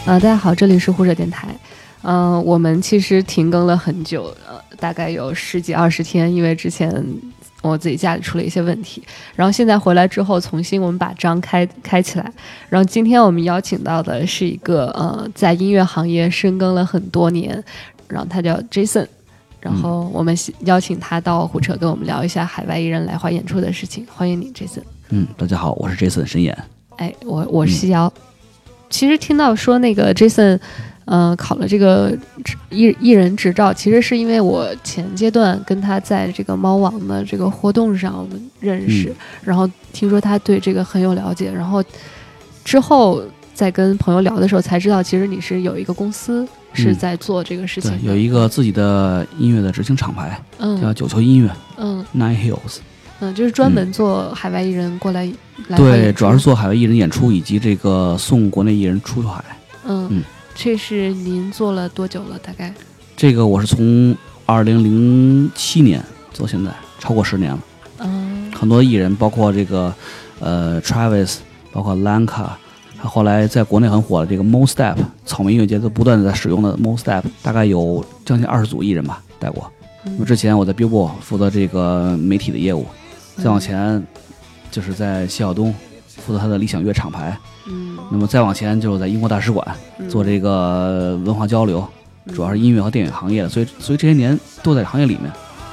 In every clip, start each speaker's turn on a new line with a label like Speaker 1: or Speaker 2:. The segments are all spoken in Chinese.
Speaker 1: 大家好，这里是护者电台。我们其实停更了很久，大概有10几20天，因为之前我自己家里出了一些问题，然后现在回来之后，重新我们把章开起来。然后今天我们邀请到的是一个在音乐行业深耕了很多年，然后他叫 Jason， 然后我们邀请他到虎扯跟我们聊一下海外艺人来华演出的事情。欢迎你 Jason。
Speaker 2: 大家好，我是 Jason 申岩。
Speaker 1: 我是西瑶。其实听到说那个 Jason考了这个艺人执照，其实是因为我前阶段跟他在这个猫网的这个活动上我们认识，然后听说他对这个很有了解，然后之后在跟朋友聊的时候才知道，其实你是有一个公司是在做这个事情的，
Speaker 2: 对，有一个自己的音乐的执行厂牌，叫九球音乐，Nine Hills。
Speaker 1: 就是专门做海外艺人过来
Speaker 2: 对，主要是做海外艺人演出以及这个送国内艺人出海。
Speaker 1: 这是您做了多久了？大概
Speaker 2: 这个我是从2007年做现在，超过10年了。很多艺人，包括这个Travis， 包括 Lanka， 后来在国内很火的这个 Mo Step 草莓音乐节都不断的在使用的 Mo Step， 大概有将近20组艺人吧带过。那么之前我在 Billboard 负责这个媒体的业务。再往前就是在谢晓东负责他的理想乐厂牌，那么再往前就是在英国大使馆做这个文化交流，主要是音乐和电影行业的，所以这些年都在行业里面。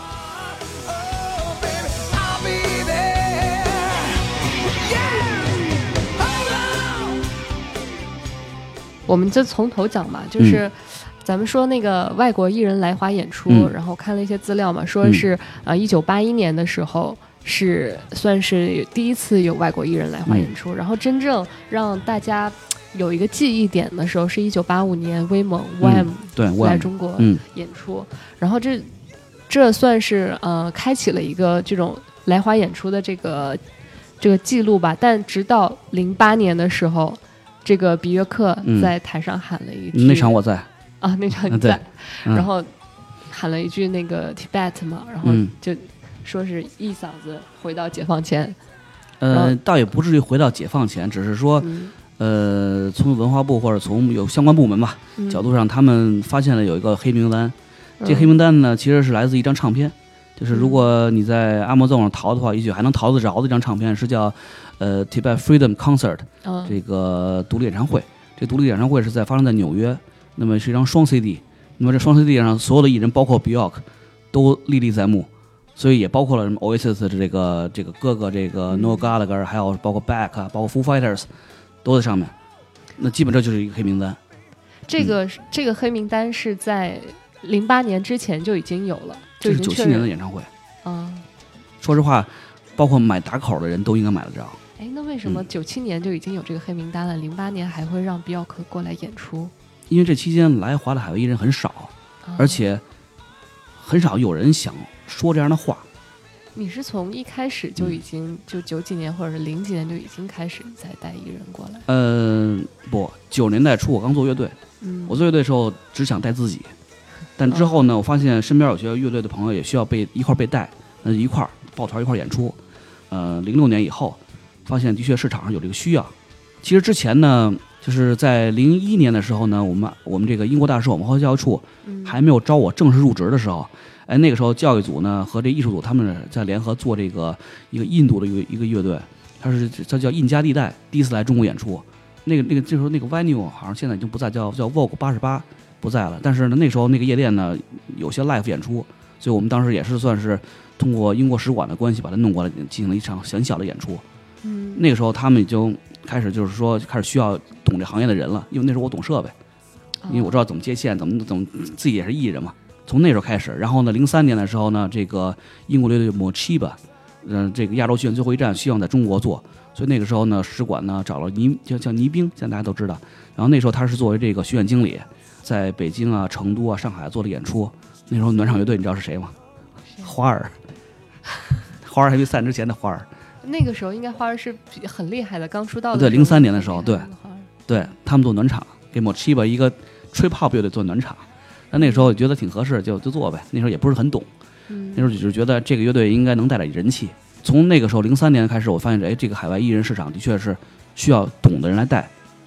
Speaker 1: 我们就从头讲吧，就是咱们说那个外国艺人来华演出，然后看了一些资料嘛，说是1981年的时候是算是第一次有外国艺人来华演出，然后真正让大家有一个记忆点的时候是1985年威猛 Wham 来中国演出，然后这算是开启了一个这种来华演出的这个记录吧。但直到08年的时候，这个比约克在台上喊了一句，
Speaker 2: 那场我在
Speaker 1: 那场你在，然后喊了一句那个 Tibet 嘛，然后就说是一嗓子回到解放前。
Speaker 2: 倒也不至于回到解放前，只是说从文化部或者从有相关部门吧角度上，他们发现了有一个黑名单。这黑名单呢其实是来自一张唱片，就是如果你在 Amazon 上淘的话，也许还能淘得着的一张唱片，是叫Tibet Freedom Concert，这个独立演唱会。这独立演唱会是发生在纽约，那么是一张双 CD， 那么这双 CD 上所有的艺人包括 Bjork 都历历在目，所以也包括了什么 Oasis 这个哥哥这个 Noel Gallagher， 还有包括 Beck， 包括 Foo Fighters 都在上面。那基本这就是一个黑名单。这
Speaker 1: 个黑名单是在08年之前就已经有了，
Speaker 2: 这是97年的演唱会。说实话，包括买打口的人都应该买得着。
Speaker 1: 那为什么97年就已经有这个黑名单了，08年还会让 Bjork 过来演出？
Speaker 2: 因为这期间来华的海外艺人很少，而且很少有人想说这样的话。
Speaker 1: 你是从一开始就已经就90几年或者是00几年就已经开始在带艺人过来？
Speaker 2: 不，90年代初我刚做乐队，我做乐队的时候只想带自己，但之后呢，我发现身边有些乐队的朋友也需要一块被带，那一块抱团一块演出。06年以后，发现的确市场上有这个需要。其实之前呢，就是在01年的时候呢，我们这个英国大使，我们和教育处还没有招我正式入职的时候，那个时候教育组呢和这艺术组他们在联合做这个一个印度的一个乐队，它叫印加地带，第一次来中国演出。那个这时候那个 venue 好像现在已经不在，叫 Vogue 88不在了。但是呢，那时候那个夜店呢有些 live 演出，所以我们当时也是算是通过英国使馆的关系把它弄过来，进行了一场很小的演出。那个时候他们已经开始需要懂这行业的人了，因为那时候我懂设备，因为我知道怎么接线，怎么自己也是艺人嘛。从那时候开始，然后呢，03年的时候呢，这个英国乐队 Mochiba， 这个亚洲巡演最后一站希望在中国做，所以那个时候呢，使馆呢找了叫倪兵，现在大家都知道。然后那时候他是作为这个巡演经理，在北京啊、成都啊、上海做了演出。那时候暖场乐队你知道是谁吗？花儿，花儿还没散之前的花儿。
Speaker 1: 那个时候应该花儿是很厉害的，刚出道的。
Speaker 2: 对，03年的时候，对，他们做暖场，给 Mochiba 一个吹泡乐队做暖场。但那时候觉得挺合适，就做呗。那时候也不是很懂，那时候只是觉得这个乐队应该能带点人气。从那个时候03年开始，我发现这个海外艺人市场的确是需要懂的人来带，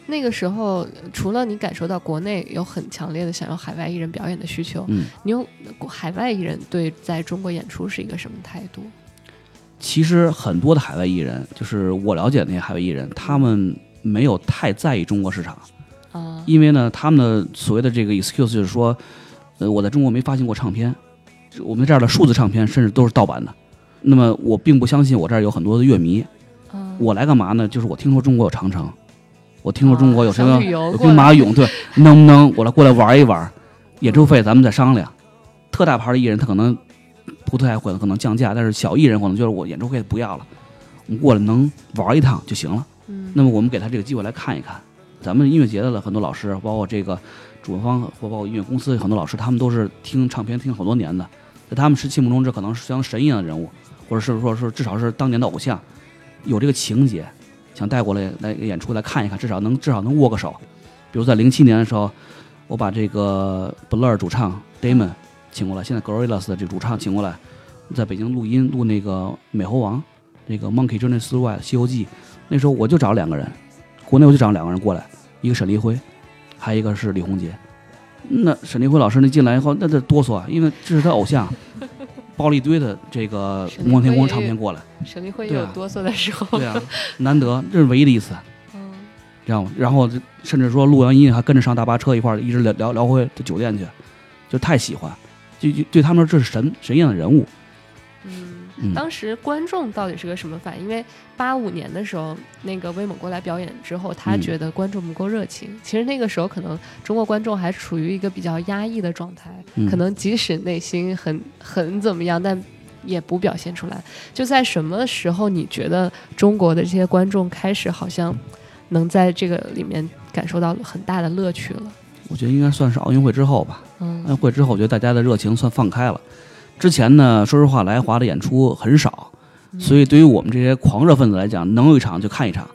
Speaker 1: 那个时候，除了你感受到国内有很强烈的想要海外艺人表演的需求，你有海外艺人对在中国演出是一个什么态度？
Speaker 2: 其实很多的海外艺人，就是我了解的那些海外艺人，他们没有太在意中国市场啊，因为呢，他们的所谓的这个 excuse 就是说，我在中国没发行过唱片，我们这儿的数字唱片甚至都是盗版的。那么我并不相信我这儿有很多的乐迷，我来干嘛呢？就是我听说中国有长城。我听说中国有什么有兵马俑，对，能不能我过来玩一玩？演出费咱们再商量。特大牌的艺人他可能不太会，可能降价，但是小艺人可能就是我演出费不要了，我们过来能玩一趟就行了。那么我们给他这个机会来看一看。咱们音乐节的很多老师，包括这个主办方或包括音乐公司很多老师，他们都是听唱片听好多年的，在他们心目中这可能是像神一样的人物，或者是说是至少是当年的偶像，有这个情节。想带过来演出来看一看，至少能握个手。比如在07年的时候，我把这个 Blur 主唱 Damon 请过来，现在 Gorillaz 的这主唱请过来，在北京录那个美猴王，这个 Monkey Journey Through Wild 西游记。那时候我就找了2个人，国内我就找了2个人过来，一个沈立辉，还有一个是李洪杰。那沈立辉老师那进来以后，那哆嗦啊，因为这是他偶像。包了一堆的这个《梦天宫》唱片过来，
Speaker 1: 沈立辉也有哆嗦的时候。
Speaker 2: 对啊，难得，这是唯一的一次。知道吗？然后甚至说录完音还跟着上大巴车一块儿一直聊回酒店去，就太喜欢，就对他们说这是神一样的人物。
Speaker 1: 当时观众到底是个什么反应？因为85年的时候，那个威猛过来表演之后，他觉得观众不够热情。其实那个时候，可能中国观众还处于一个比较压抑的状态，可能即使内心很怎么样，但也不表现出来。就在什么时候，你觉得中国的这些观众开始好像能在这个里面感受到很大的乐趣了？
Speaker 2: 我觉得应该算是奥运会之后吧。奥运会之后，我觉得大家的热情算放开了。之前呢，说实话，来华的演出很少，所以对于我们这些狂热分子来讲，能有一场就看一场。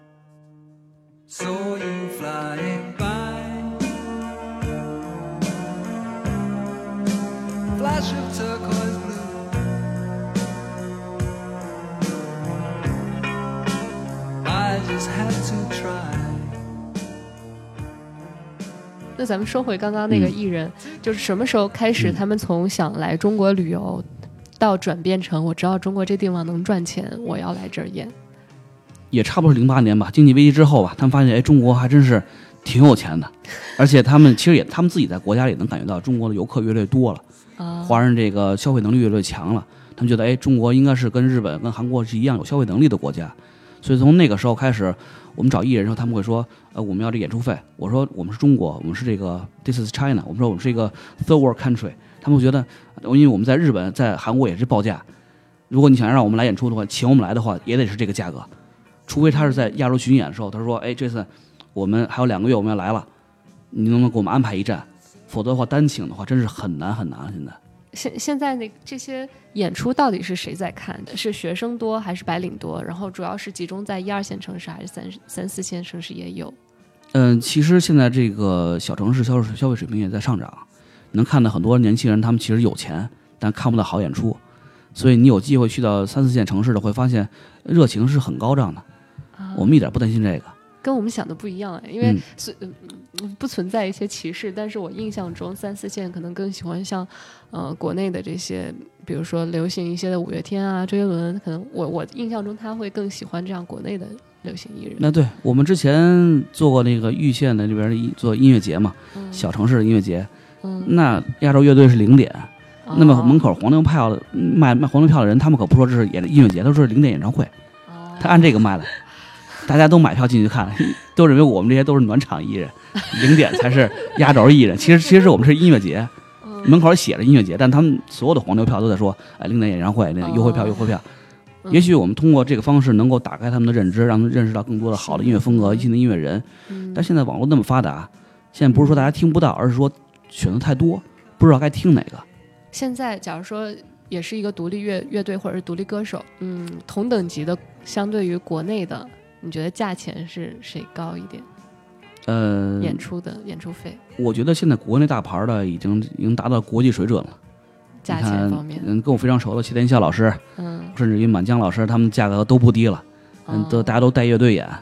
Speaker 1: 那咱们说回刚刚那个艺人，就是什么时候开始他们从想来中国旅游到转变成我知道中国这地方能赚钱，我要来这儿演？
Speaker 2: 也差不多是08年吧，经济危机之后吧，他们发现中国还真是挺有钱的，而且他们其实他们自己在国家里能感觉到中国的游客越来越多了，华人这个消费能力越来越强了，他们觉得中国应该是跟日本跟韩国是一样有消费能力的国家，所以从那个时候开始，我们找艺人的时候，他们会说，我们要这演出费。我说我们是中国，我们是这个 This is China， 我们说我们是一个 third world country。他们会觉得，因为我们在日本、在韩国也是报价，如果你想让我们来演出的话，请我们来的话，也得是这个价格。除非他是在亚洲巡演的时候，他说，这次我们还有2个月我们要来了，你能不能给我们安排一站？否则的话，单请的话真是很难很难。
Speaker 1: 现在这些演出到底是谁在看的？是学生多还是白领多？然后主要是集中在1、2线城市，还是3、4线城市也有？
Speaker 2: 其实现在这个小城市消费水平也在上涨，能看到很多年轻人他们其实有钱，但看不到好演出，所以你有机会去到3、4线城市的，会发现热情是很高涨的。我们一点不担心这个。
Speaker 1: 跟我们想的不一样，因为不存在一些歧视，但是我印象中3、4线可能更喜欢像国内的这些，比如说流行一些的五月天啊、周杰伦，可能我印象中他会更喜欢这样国内的流行艺人。
Speaker 2: 那对，我们之前做过那个玉县的那边做音乐节嘛，小城市的音乐节，那亚洲乐队是0点，那么门口黄牛票的卖黄牛票的人，他们可不说这是音乐节，都是0点演唱会，他按这个卖的。大家都买票进去看，都认为我们这些都是暖场艺人，0点才是压轴艺人。其实我们是音乐节，门口写着音乐节，但他们所有的黄牛票都在说，0点演唱会，那优惠票。也许我们通过这个方式能够打开他们的认知，让他们认识到更多的好的音乐风格、新的音乐人。但现在网络那么发达，现在不是说大家听不到，而是说选择太多，不知道该听哪个。
Speaker 1: 现在假如说也是一个独立乐队或者是独立歌手，同等级的，相对于国内的。你觉得价钱是谁高一点？演出费，我
Speaker 2: 觉得现在国内大牌的已经达到国际水准了。
Speaker 1: 价钱方面，
Speaker 2: 跟我非常熟的谢天笑老师，甚至于满江老师，他们价格都不低了。大家都带乐队演，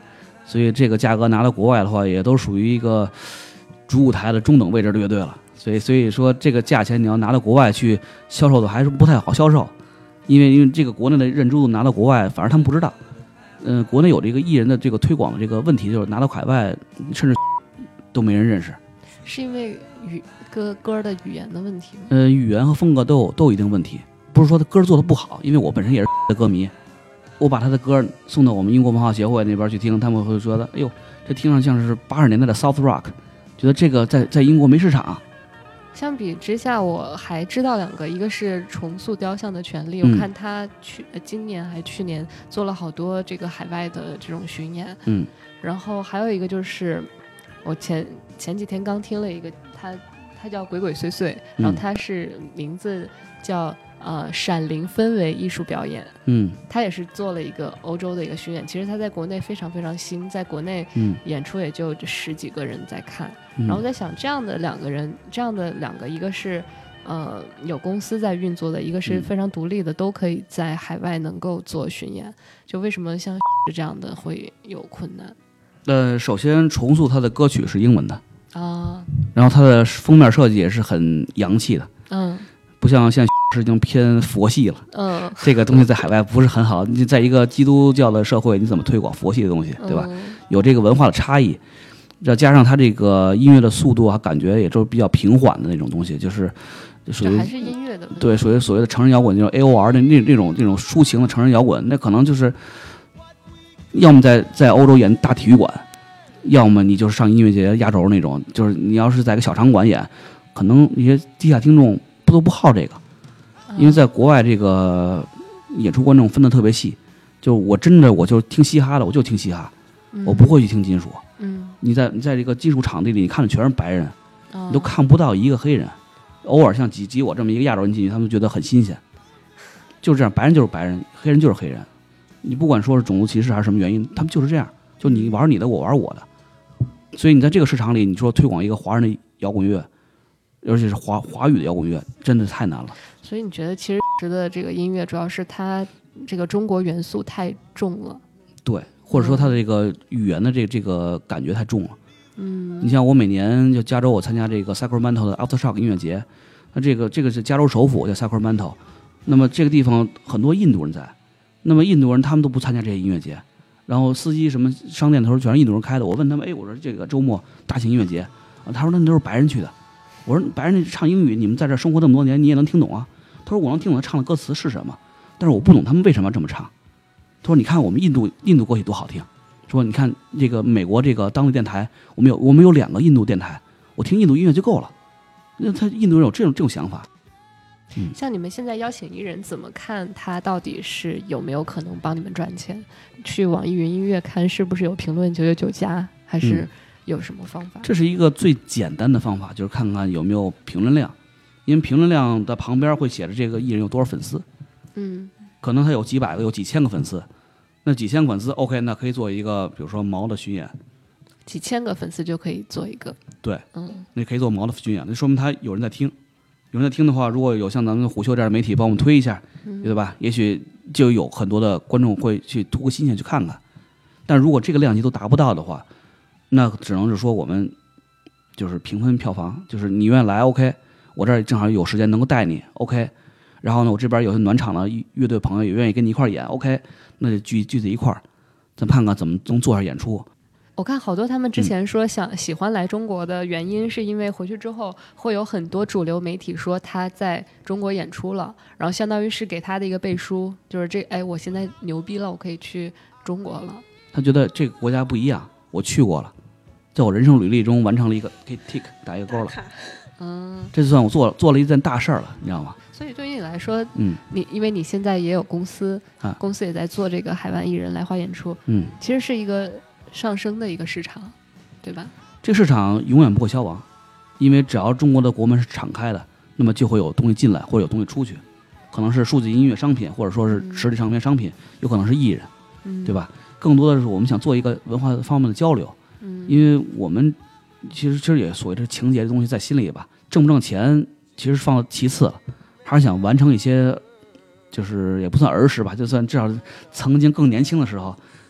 Speaker 2: 所以这个价格拿到国外的话，也都属于一个主舞台的中等位置的乐队了。所以说这个价钱你要拿到国外去销售的还是不太好销售，因为这个国内的认知度拿到国外，反而他们不知道。国内有这个艺人的这个推广的这个问题，就是拿到海外甚至都没人认识。
Speaker 1: 是因为歌的语言的问题吗？
Speaker 2: 语言和风格都有一定问题，不是说他歌做的不好，因为我本身也是的歌迷，我把他的歌送到我们英国文化协会那边去听，他们会说的，哎呦，这听上像是80年代的 South Rock， 觉得这个在英国没市场。
Speaker 1: 相比之下，我还知道2个，一个是重塑雕像的权利，我看他今年还去年做了好多这个海外的这种巡演，然后还有一个就是我前几天刚听了一个，他叫鬼鬼祟祟，然后他是名字叫闪灵氛围艺术表演，他也是做了一个欧洲的一个巡演，其实他在国内非常非常新，在国内演出也就10几个人在看，然后我在想这样的两个，一个是有公司在运作的，一个是非常独立的，都可以在海外能够做巡演，就为什么像这样的会有困难？
Speaker 2: 首先重塑他的歌曲是英文的
Speaker 1: 啊，
Speaker 2: 然后他的封面设计也是很洋气的，不像现在是已经偏佛系了，这个东西在海外不是很好，你在一个基督教的社会，你怎么推广佛系的东西，对吧？有这个文化的差异，再加上他这个音乐的速度啊，感觉也就是比较平缓的那种东西，就是属于
Speaker 1: 还是音乐的，
Speaker 2: 对，属于所谓的成人摇滚，就是 AOR 的那种抒情的成人摇滚，那可能就是要么在欧洲演大体育馆，要么你就是上音乐节压轴那种，就是你要是在个小场馆演，可能一些地下听众都不好这个，因为在国外这个演出观众分得特别细，就我就听嘻哈的，我就听嘻哈，我不会去听金属。你在这个金属场地里，你看的全是白人，你都看不到一个黑人，偶尔像挤我这么一个亚洲人进去，他们觉得很新鲜。就是这样，白人就是白人，黑人就是黑人，你不管说是种族歧视还是什么原因，他们就是这样，就你玩你的，我玩我的。所以你在这个市场里，你说推广一个华人的摇滚乐，而且是华语的摇滚乐，真的太难了。
Speaker 1: 所以你觉得其实的这个音乐主要是它这个中国元素太重了，
Speaker 2: 对，或者说它的这个语言的这个感觉太重了。你像我每年就加州我参加这个 Sacramento 的 Aftershock 音乐节，那这个是加州首府叫 Sacramento， 那么这个地方很多印度人在，那么印度人他们都不参加这些音乐节，然后司机什么商店的时候全是印度人开的，我问他们，我说这个周末大型音乐节，他说那都是白人去的，我说白人唱英语，你们在这生活这么多年，你也能听懂啊？他说我能听懂他唱的歌词是什么，但是我不懂他们为什么要这么唱。他说你看我们印度歌曲多好听，说你看这个美国这个当地电台，我们有2个印度电台，我听印度音乐就够了。那他印度人有这种想法。
Speaker 1: 像你们现在邀请艺人，怎么看他到底是有没有可能帮你们赚钱？去网易云音乐看是不是有评论999加，还是有什么方法？
Speaker 2: 这是一个最简单的方法，就是看看有没有评论量，因为评论量的旁边会写着这个艺人有多少粉丝。可能他有几百个，有几千个粉丝，那几千个粉丝 OK， 那可以做一个比如说毛的巡演，
Speaker 1: 几千个粉丝就可以做一个，
Speaker 2: 对，那可以做毛的巡演，那说明他有人在听，有人在听的话，如果有像咱们虎嗅这样的媒体帮我们推一下，对吧？也许就有很多的观众会去图个新鲜去看看。但如果这个量级都达不到的话，那只能是说我们就是平分票房，就是你愿意来 OK， 我这儿正好有时间能够带你 OK， 然后呢我这边有些暖场的乐队朋友也愿意跟你一块演 OK， 那就聚在一块儿，咱看看怎么能做下演出。
Speaker 1: 我看好多他们之前说喜欢来中国的原因是因为回去之后会有很多主流媒体说他在中国演出了，然后相当于是给他的一个背书，就是我现在牛逼了，我可以去中国了。
Speaker 2: 他觉得这个国家不一样，我去过了，在我人生履历中完成了一个可以 tick 打一个勾了，这就算我做了一件大事儿了，你知道吗？所
Speaker 1: 以对于你来说，因为你现在也有公司，公司也在做这个海外艺人来华演出，其实是一个上升的一个市场，对吧？
Speaker 2: 这个市场永远不会消亡，因为只要中国的国门是敞开的，那么就会有东西进来或者有东西出去，可能是数字音乐商品，或者说是实体唱片商品，有可能是艺人，对吧？更多的是我们想做一个文化方面的交流，因为我们其实也所谓的情节的东西在心里吧，挣不挣钱其实放到其次了，还是想完成一些，就是也不算儿时吧，就算至少曾经更年轻的时候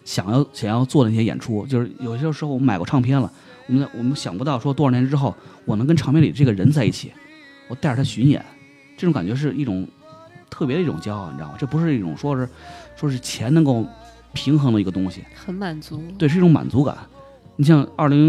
Speaker 2: 想要做的那些演出，就是有些时候我们买过唱片了，我们想不到说多少年之后我能跟唱片里这个人在一起，我带着他巡演，这种感觉是一种特别的一种骄傲，你知道吗？这不是一种说是钱能够平衡的一个东西，
Speaker 1: 很满足。
Speaker 2: 对，是一种满足感。你像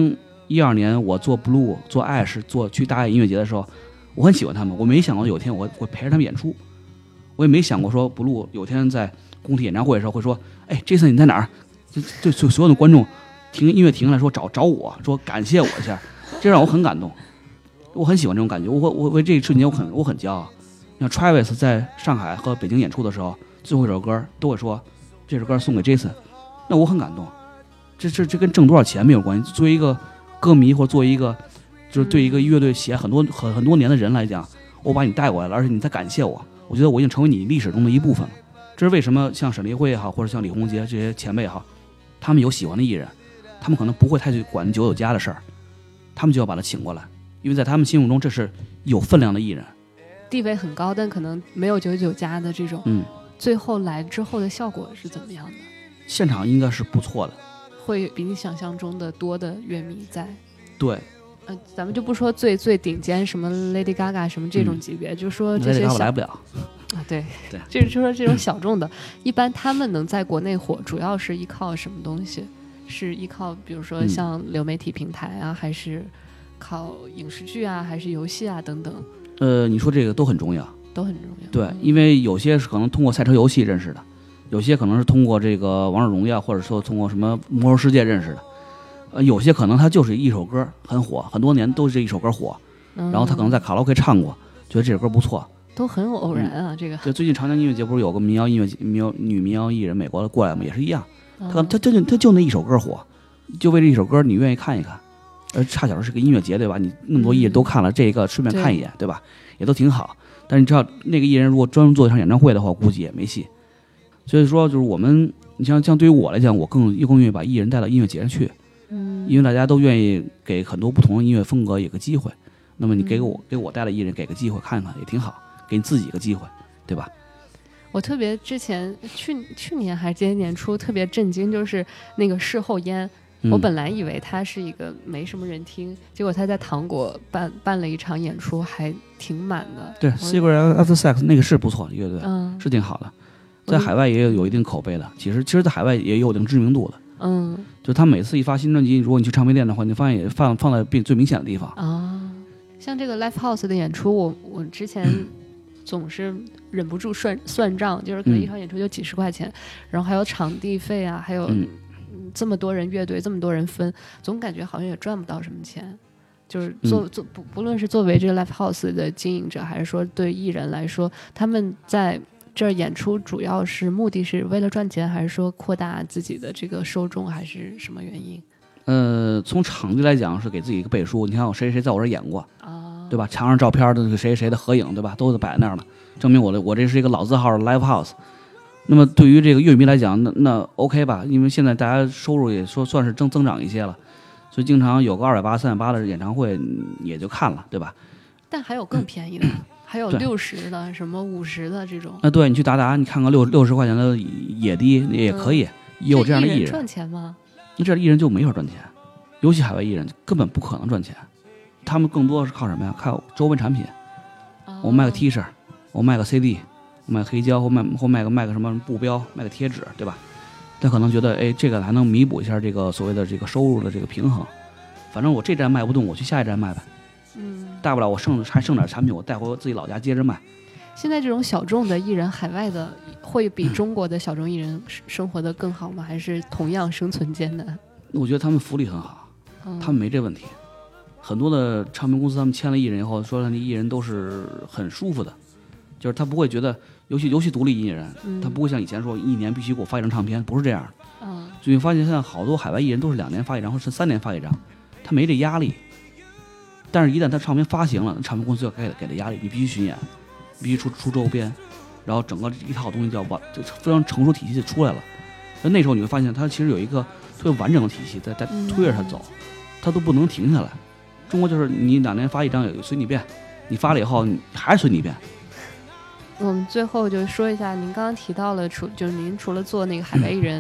Speaker 2: 2012年我做 Blue 做 Ash 去大爱音乐节的时候，我很喜欢他们，我没想过有一天我会陪着他们演出，我也没想过说 Blue 有天在工体演唱会的时候会说，哎 Jason 你在哪儿？就所有的观众音乐停下来说找我说感谢我一下，这让我很感动，我很喜欢这种感觉，我为这一瞬间我很骄傲。像 Travis 在上海和北京演出的时候，最后一首歌都会说这首歌送给 Jason， 那我很感动。这跟挣多少钱没有关系。作为一个歌迷或者作为一个就是对一个乐队喜爱很多年的人来讲，我把你带过来了，而且你在感谢我，我觉得我已经成为你历史中的一部分了。这是为什么像沈立辉也好，或者像李洪杰这些前辈也好，他们有喜欢的艺人，他们可能不会太去管九九家的事儿，他们就要把他请过来，因为在他们心目中这是有分量的艺人，
Speaker 1: 地位很高，但可能没有99家的这种。最后来之后的效果是怎么样的？
Speaker 2: 现场应该是不错的，
Speaker 1: 会比你想象中的多的乐迷在。
Speaker 2: 对，
Speaker 1: 咱们就不说最顶尖什么 Lady Gaga 什么这种级别，就说这些
Speaker 2: 小来不了
Speaker 1: 啊，对，就是说这种小众的，一般他们能在国内火，主要是依靠什么东西？是依靠比如说像流媒体平台啊，还是靠影视剧啊，还是游戏啊等等？
Speaker 2: 你说这个都很重要，
Speaker 1: 都很重要。
Speaker 2: 对，因为有些是可能通过赛车游戏认识的，有些可能是通过这个王者荣耀，或者说通过什么魔兽世界认识的。有些可能他就是一首歌很火，很多年都是这一首歌火，然后他可能在卡拉 OK 唱过，觉得这首歌不错，
Speaker 1: 都很偶然啊。这个
Speaker 2: 对，最近长江音乐节不是有个女民谣艺人美国的过来吗？也是一样，他就那一首歌火，就为这一首歌你愿意看一看，差小是个音乐节对吧？你那么多艺人都看了，这个顺便看一眼 对吧？也都挺好。但是你知道那个艺人如果专门做一场演唱会的话，估计也没戏。所以说就是你像对于我来讲，我更愿意把艺人带到音乐节上去。因为大家都愿意给很多不同的音乐风格有个机会，那么你给我带的艺人给个机会看看也挺好，给你自己一个机会，对吧？
Speaker 1: 我特别之前去年还是今年年初特别震惊，就是那个事后烟，我本来以为他是一个没什么人听，结果他在糖果办了一场演出，还挺满的。
Speaker 2: 对 Cigarette After Sex 那个是不错的乐队，是挺好的，在海外也有一定口碑的，其实在海外也有一定知名度的。就他每次一发新专辑，如果你去唱片店的话，你发现也放在最明显的地方
Speaker 1: 啊。像这个 Live House 的演出，我之前总是忍不住算账，就是可能一场演出就几十块钱，然后还有场地费啊，还有这么多人乐队，这么多人分，总感觉好像也赚不到什么钱。就是不论是作为这个 Live House 的经营者，还是说对艺人来说，他们在这儿演出主要是目的是为了赚钱，还是说扩大自己的这个受众，还是什么原因？
Speaker 2: 从场地来讲是给自己一个背书。你看我谁在我这儿演过对吧？墙上照片的谁的合影，对吧？都摆在那儿了，证明我这是一个老字号的 Live House。那么对于这个乐迷来讲，那 OK 吧？因为现在大家收入也算是增长一些了，所以经常有个280、380的演唱会也就看了，对吧？
Speaker 1: 但还有更便宜的。还有60的什么50的这种
Speaker 2: 对，你去达你看个60块钱的野迪也可以，也有这样的艺人。
Speaker 1: 赚钱吗？
Speaker 2: 那这样的艺人就没法赚钱，尤其海外艺人根本不可能赚钱，他们更多是靠什么呀？靠周边产品。我卖个 T 恤，我卖个 CD， 我卖个黑胶，或卖个什么布标，卖个贴纸，对吧？他可能觉得这个还能弥补一下这个所谓的这个收入的这个平衡，反正我这站卖不动，我去下一站卖呗。大不了我还剩点产品，我带回自己老家接着卖。
Speaker 1: 现在这种小众的艺人，海外的会比中国的小众艺人生活的更好吗？还是同样生存艰难？
Speaker 2: 我觉得他们福利很好，他们没这问题。很多的唱片公司他们签了艺人以后，说那艺人都是很舒服的，就是他不会觉得，尤其独立艺人，他不会像以前说一年必须给我发一张唱片，不是这样的。所以发现现在好多海外艺人都是2年发一张，或是3年发一张，他没这压力。但是，一旦他唱片发行了，唱片公司就给他压力，你必须巡演，必须出周边，然后整个一套东西就非常成熟体系就出来了。那时候你会发现，他其实有一个特别完整的体系在推着他走，他都不能停下来。中国就是你2年发一张也随你便，你发了以后你还随你便。
Speaker 1: 我们最后就说一下，您刚刚提到了就是您除了做那个海外艺人，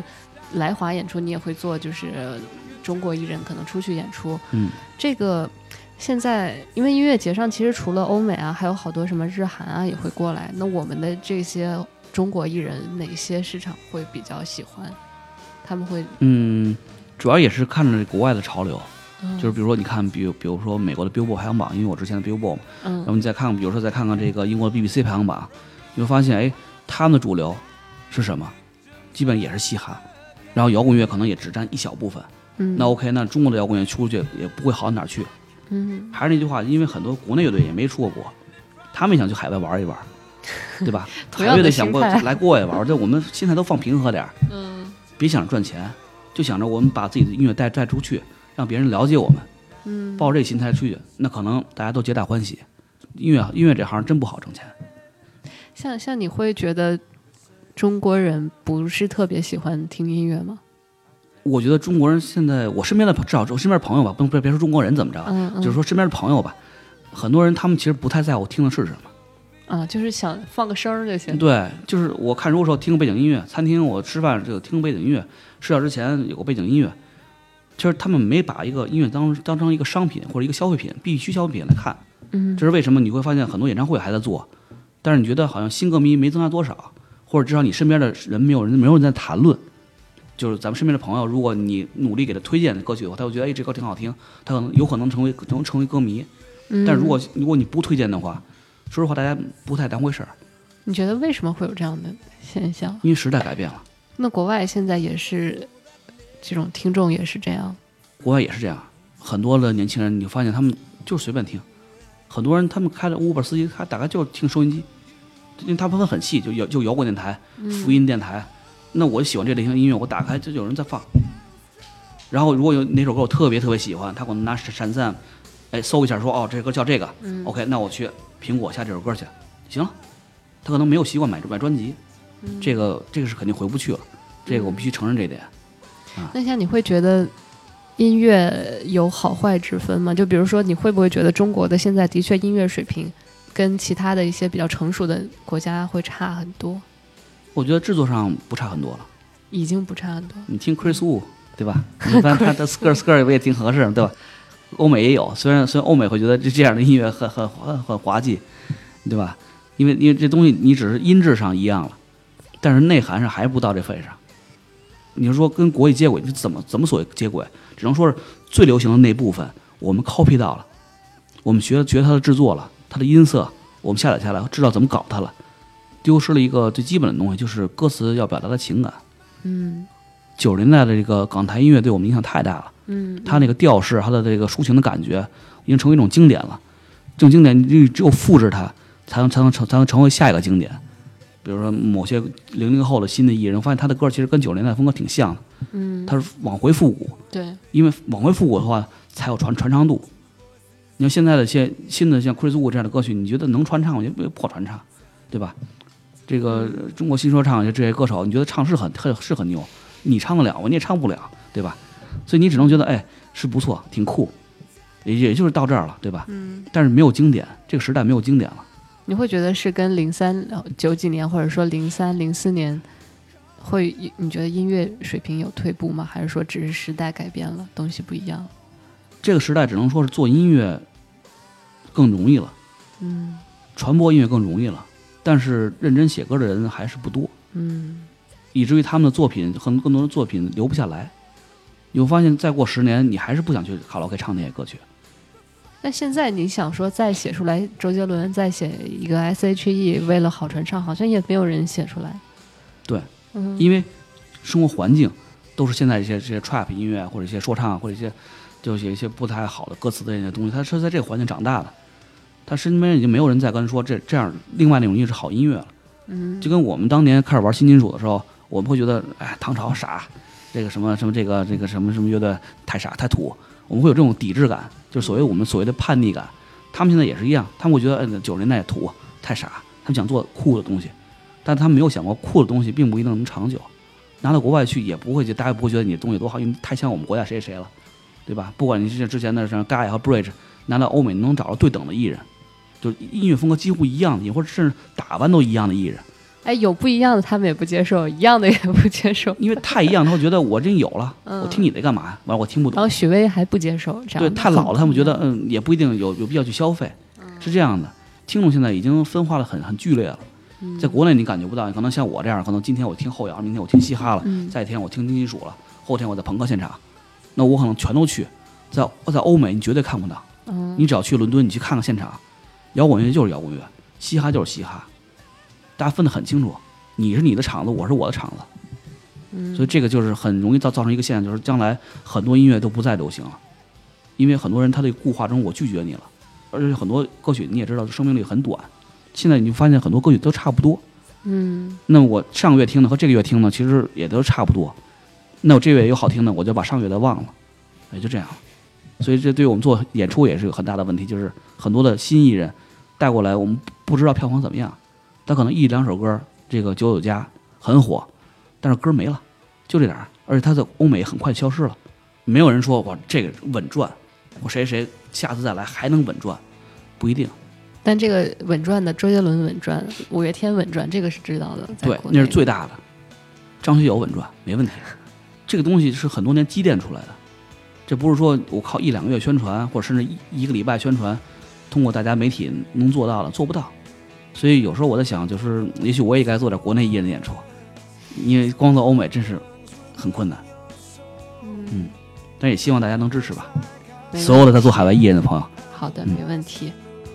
Speaker 1: 来华演出，你也会做，就是中国艺人可能出去演出。这个现在因为音乐节上其实除了欧美啊，还有好多什么日韩啊也会过来。那我们的这些中国艺人哪些市场会比较喜欢？他们会
Speaker 2: 主要也是看着国外的潮流。就是比如说你看比如说美国的 Billboard 排行榜，因为我之前的 Billboard 然后你再看比如说再看看这个英国的 BBC 排行榜，你会发现他们的主流是什么？基本也是嘻哈，然后摇滚乐可能也只占一小部分。那 OK， 那中国的摇滚乐出去也不会好到哪儿去。还是那句话，因为很多国内乐队也没出过国，他们也想去海外玩一玩，对吧？海外乐队想过来过来玩，这我们心态都放平和点。别想着赚钱，就想着我们把自己的音乐带出去，让别人了解我们。抱着这个心态出去，那可能大家都皆大欢喜。音乐这行真不好挣钱。
Speaker 1: 像你会觉得中国人不是特别喜欢听音乐吗？
Speaker 2: 我觉得中国人现在，我身边的至少我身边的朋友吧，别说中国人怎么着，就是说身边的朋友吧，很多人他们其实不太在乎听的是什么。
Speaker 1: 就是想放个声儿就行。
Speaker 2: 对，就是我看书的时候听个背景音乐，餐厅我吃饭这个听个背景音乐，睡觉之前有个背景音乐。其实他们没把一个音乐当成一个商品或者一个消费品，必须消费品来看。这是为什么你会发现很多演唱会还在做，但是你觉得好像新歌迷没增加多少，或者至少你身边的人没有人在谈论。就是咱们身边的朋友，如果你努力给他推荐歌曲的话，他会觉得这歌挺好听，他有可能成为歌迷。但如果你不推荐的话，说实话大家不太当回事儿。
Speaker 1: 你觉得为什么会有这样的现象？
Speaker 2: 因为时代改变了。
Speaker 1: 那国外现在也是这种听众也是这样？
Speaker 2: 国外也是这样，很多的年轻人你发现他们就是随便听，很多人他们开了 Uber 司机，他大概就是听收音机，因为他分很细，就摇滚电台、福音电台。那我喜欢这类型的音乐，我打开就有人在放。然后如果有哪首歌我特别喜欢，他可能拿闪赞，搜一下说这歌叫这个，OK， 那我去苹果下这首歌去，行了。他可能没有习惯买专辑，这个是肯定回不去了，这个我必须承认这点。
Speaker 1: 那像你会觉得音乐有好坏之分吗？就比如说你会不会觉得中国的现在的确音乐水平跟其他的一些比较成熟的国家会差很多？我
Speaker 2: 觉得制作上不差很多了，
Speaker 1: 已经不差很多。
Speaker 2: 你听 Chris Wu 对吧？你看他的 skr 也挺合适，对吧？欧美也有，虽然欧美会觉得这样的音乐很滑稽，对吧？因为这东西你只是音质上一样了，但是内涵上还不到这份上。你说跟国际接轨，你怎么所谓接轨？只能说是最流行的那部分我们 copy 到了，我们学它的制作了，它的音色我们下载下来，知道怎么搞它了。丢失了一个最基本的东西，就是歌词要表达的情感。90年代的这个港台音乐对我们影响太大了。它那个调式，它的这个抒情的感觉，已经成为一种经典了。这种经典，你只有复制它，才能成为下一个经典。比如说某些00后的新的艺人，发现他的歌其实跟90年代风格挺像的。他是往回复古。
Speaker 1: 对，
Speaker 2: 因为往回复古的话，才有传唱度。你看现在的些新的像 Chris Wu 这样的歌曲，你觉得能传唱，我觉得不好传唱，对吧？这个中国新说唱这些歌手，你觉得唱是很牛，你唱得了，你也唱不了，对吧？所以你只能觉得是不错，挺酷，也就是到这儿了，对吧？但是没有经典，这个时代没有经典了。
Speaker 1: 你会觉得是跟90几年或者说03、04年会，你觉得音乐水平有退步吗？还是说只是时代改变了，东西不一样？
Speaker 2: 这个时代只能说是做音乐更容易了，传播音乐更容易了。但是认真写歌的人还是不多，以至于他们的作品更多的作品留不下来。你会发现再过10年，你还是不想去卡拉 OK 唱那些歌曲。
Speaker 1: 那现在你想说再写出来，周杰伦再写一个 SHE 为了好传唱，好像也没有人写出来。
Speaker 2: 对，因为生活环境都是现在这些 trap 音乐或者一些说唱或者就写一些不太好的歌词的那些东西，他是在这个环境长大的。他身边已经没有人再跟他说这样另外那种音乐是好音乐了。就跟我们当年开始玩新金属的时候，我们会觉得唐朝傻，这个什么这个什么乐队太傻太土，我们会有这种抵制感，就是我们所谓的叛逆感。他们现在也是一样，他们会觉得90年代土太傻，他们想做酷的东西，但他们没有想过酷的东西并不一定能长久，拿到国外去也不会，大家不会觉得你的东西多好，因为太像我们国家谁了，对吧？不管你是之前的像 Gaia 和 Bridge 拿到欧美能找到对等的艺人，就音乐风格几乎一样的，或者甚至打扮都一样的艺人，
Speaker 1: 哎，有不一样的他们也不接受，一样的也不接受，
Speaker 2: 因为太一样，他会觉得我真有了，我听你的干嘛呀？完了我听不懂。
Speaker 1: 然后许巍还不接受，这样
Speaker 2: 对，太老了，他们觉得也不一定有必要去消费，是这样的。听众现在已经分化的很剧烈了，在国内你感觉不到，可能像我这样，可能今天我听后摇，明天我听嘻哈了，再一天我听金属了，后天我在朋克现场，那我可能全都去。在欧美你绝对看不到，你只要去伦敦，你去看看现场，摇滚乐就是摇滚乐，嘻哈就是嘻哈，大家分得很清楚，你是你的场子，我是我的场子，所以这个就是很容易造成一个现象，就是将来很多音乐都不再流行了，因为很多人他的固化中我拒绝你了，而且很多歌曲你也知道生命力很短，现在你就发现很多歌曲都差不多，那我上个月听的和这个月听的其实也都差不多，那我这个月有好听的，我就把上个月的忘了，也就这样。所以这对于我们做演出也是个很大的问题，就是很多的新艺人带过来，我们不知道票房怎么样，他可能一两首歌这个九九加很火，但是歌没了，就这点儿，而且他在欧美很快消失了，没有人说哇这个稳赚，我谁下次再来还能稳赚，不一定。
Speaker 1: 但这个稳赚的，周杰伦稳赚，五月天稳赚，这个是知道的。
Speaker 2: 对，那是最大的。张学友稳赚没问题，这个东西是很多年积淀出来的。这不是说我靠一两个月宣传，或者甚至一个礼拜宣传，通过大家媒体能做到的，做不到。所以有时候我在想，就是也许我也该做点国内艺人的演出，因为光在欧美真是很困难。但也希望大家能支持吧，所有的在做海外艺人的朋友。
Speaker 1: 好的，没问题。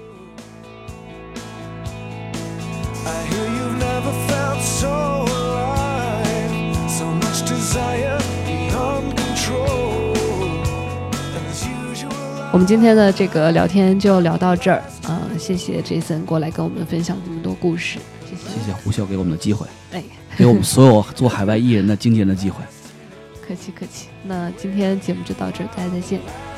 Speaker 1: 我们今天的这个聊天就聊到这儿谢谢 Jason 过来跟我们分享这么多故事，
Speaker 2: 谢谢胡秀给我们的机会，给我们所有做海外艺人的经纪人的机会。
Speaker 1: 客气客气，那今天节目就到这儿，大家再见。